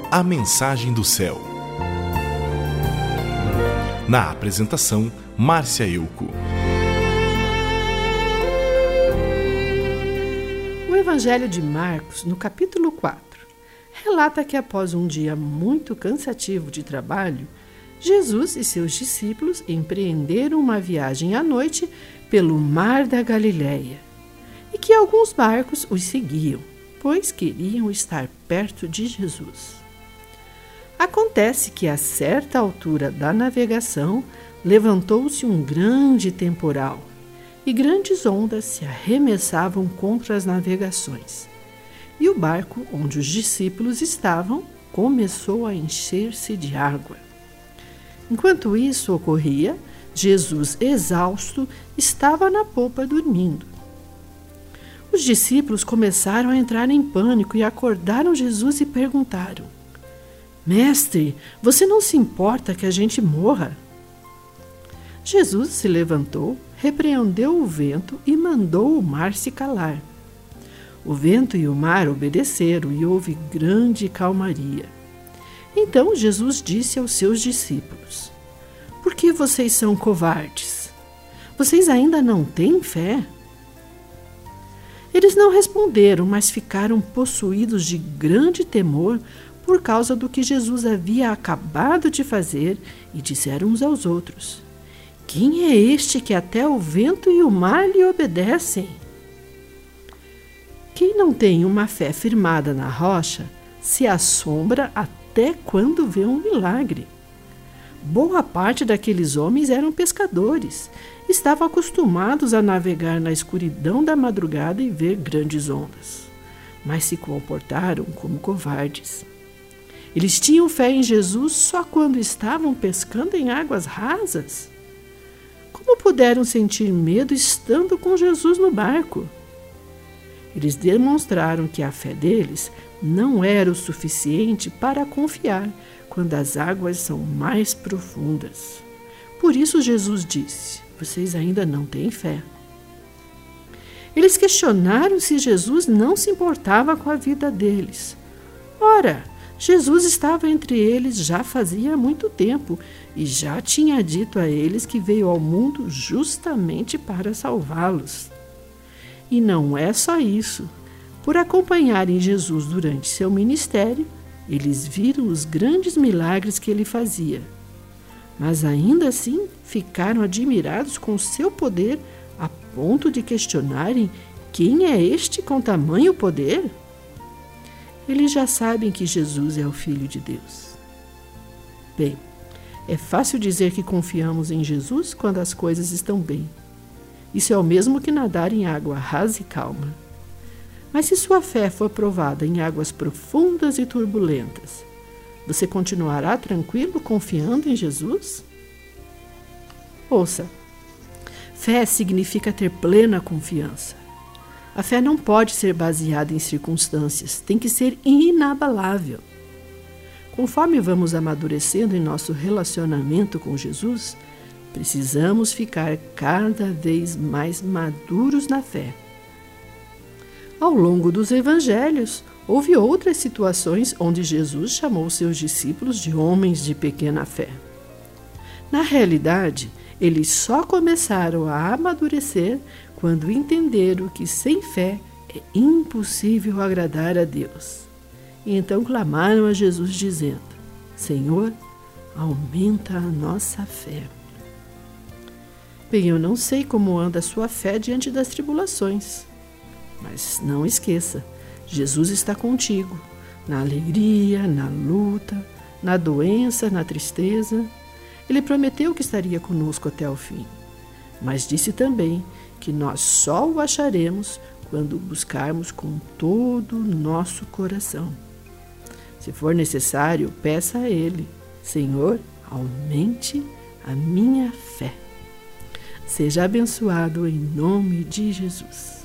A Mensagem do Céu. Na apresentação, Márcia Euco. O Evangelho de Marcos, no capítulo 4, relata que após um dia muito cansativo de trabalho, Jesus e seus discípulos empreenderam uma viagem à noite pelo mar da Galileia e que alguns barcos os seguiam, pois queriam estar perto de Jesus. Acontece que a certa altura da navegação levantou-se um grande temporal e grandes ondas se arremessavam contra as navegações. E o barco onde os discípulos estavam começou a encher-se de água. Enquanto isso ocorria, Jesus, exausto, estava na popa dormindo. Os discípulos começaram a entrar em pânico e acordaram Jesus e perguntaram: Mestre, você não se importa que a gente morra? Jesus se levantou, repreendeu o vento e mandou o mar se calar. O vento e o mar obedeceram e houve grande calmaria. Então Jesus disse aos seus discípulos: Por que vocês são covardes? Vocês ainda não têm fé? Eles não responderam, mas ficaram possuídos de grande temor por causa do que Jesus havia acabado de fazer e disseram uns aos outros: Quem é este que até o vento e o mar lhe obedecem? Quem não tem uma fé firmada na rocha se assombra até quando vê um milagre. Boa parte daqueles homens eram pescadores, estavam acostumados a navegar na escuridão da madrugada e ver grandes ondas, mas se comportaram como covardes. Eles tinham fé em Jesus só quando estavam pescando em águas rasas. Como puderam sentir medo estando com Jesus no barco? Eles demonstraram que a fé deles não era o suficiente para confiar quando as águas são mais profundas. Por isso Jesus disse: Vocês ainda não têm fé. Eles questionaram se Jesus não se importava com a vida deles. Ora, Jesus estava entre eles já fazia muito tempo e já tinha dito a eles que veio ao mundo justamente para salvá-los. E não é só isso. Por acompanharem Jesus durante seu ministério, eles viram os grandes milagres que ele fazia. Mas ainda assim ficaram admirados com seu poder a ponto de questionarem quem é este com tamanho poder? Eles já sabem que Jesus é o Filho de Deus. Bem, é fácil dizer que confiamos em Jesus quando as coisas estão bem. Isso é o mesmo que nadar em água rasa e calma. Mas se sua fé for provada em águas profundas e turbulentas, você continuará tranquilo confiando em Jesus? Ouça, fé significa ter plena confiança. A fé não pode ser baseada em circunstâncias, tem que ser inabalável. Conforme vamos amadurecendo em nosso relacionamento com Jesus, precisamos ficar cada vez mais maduros na fé. Ao longo dos evangelhos, houve outras situações onde Jesus chamou seus discípulos de homens de pequena fé. Na realidade, eles só começaram a amadurecer quando entenderam que sem fé é impossível agradar a Deus. E então clamaram a Jesus dizendo: Senhor, aumenta a nossa fé. Bem, eu não sei como anda a sua fé diante das tribulações, mas não esqueça, Jesus está contigo, na alegria, na luta, na doença, na tristeza. Ele prometeu que estaria conosco até o fim, mas disse também que nós só o acharemos quando o buscarmos com todo o nosso coração. Se for necessário, peça a Ele: Senhor, aumente a minha fé. Seja abençoado em nome de Jesus.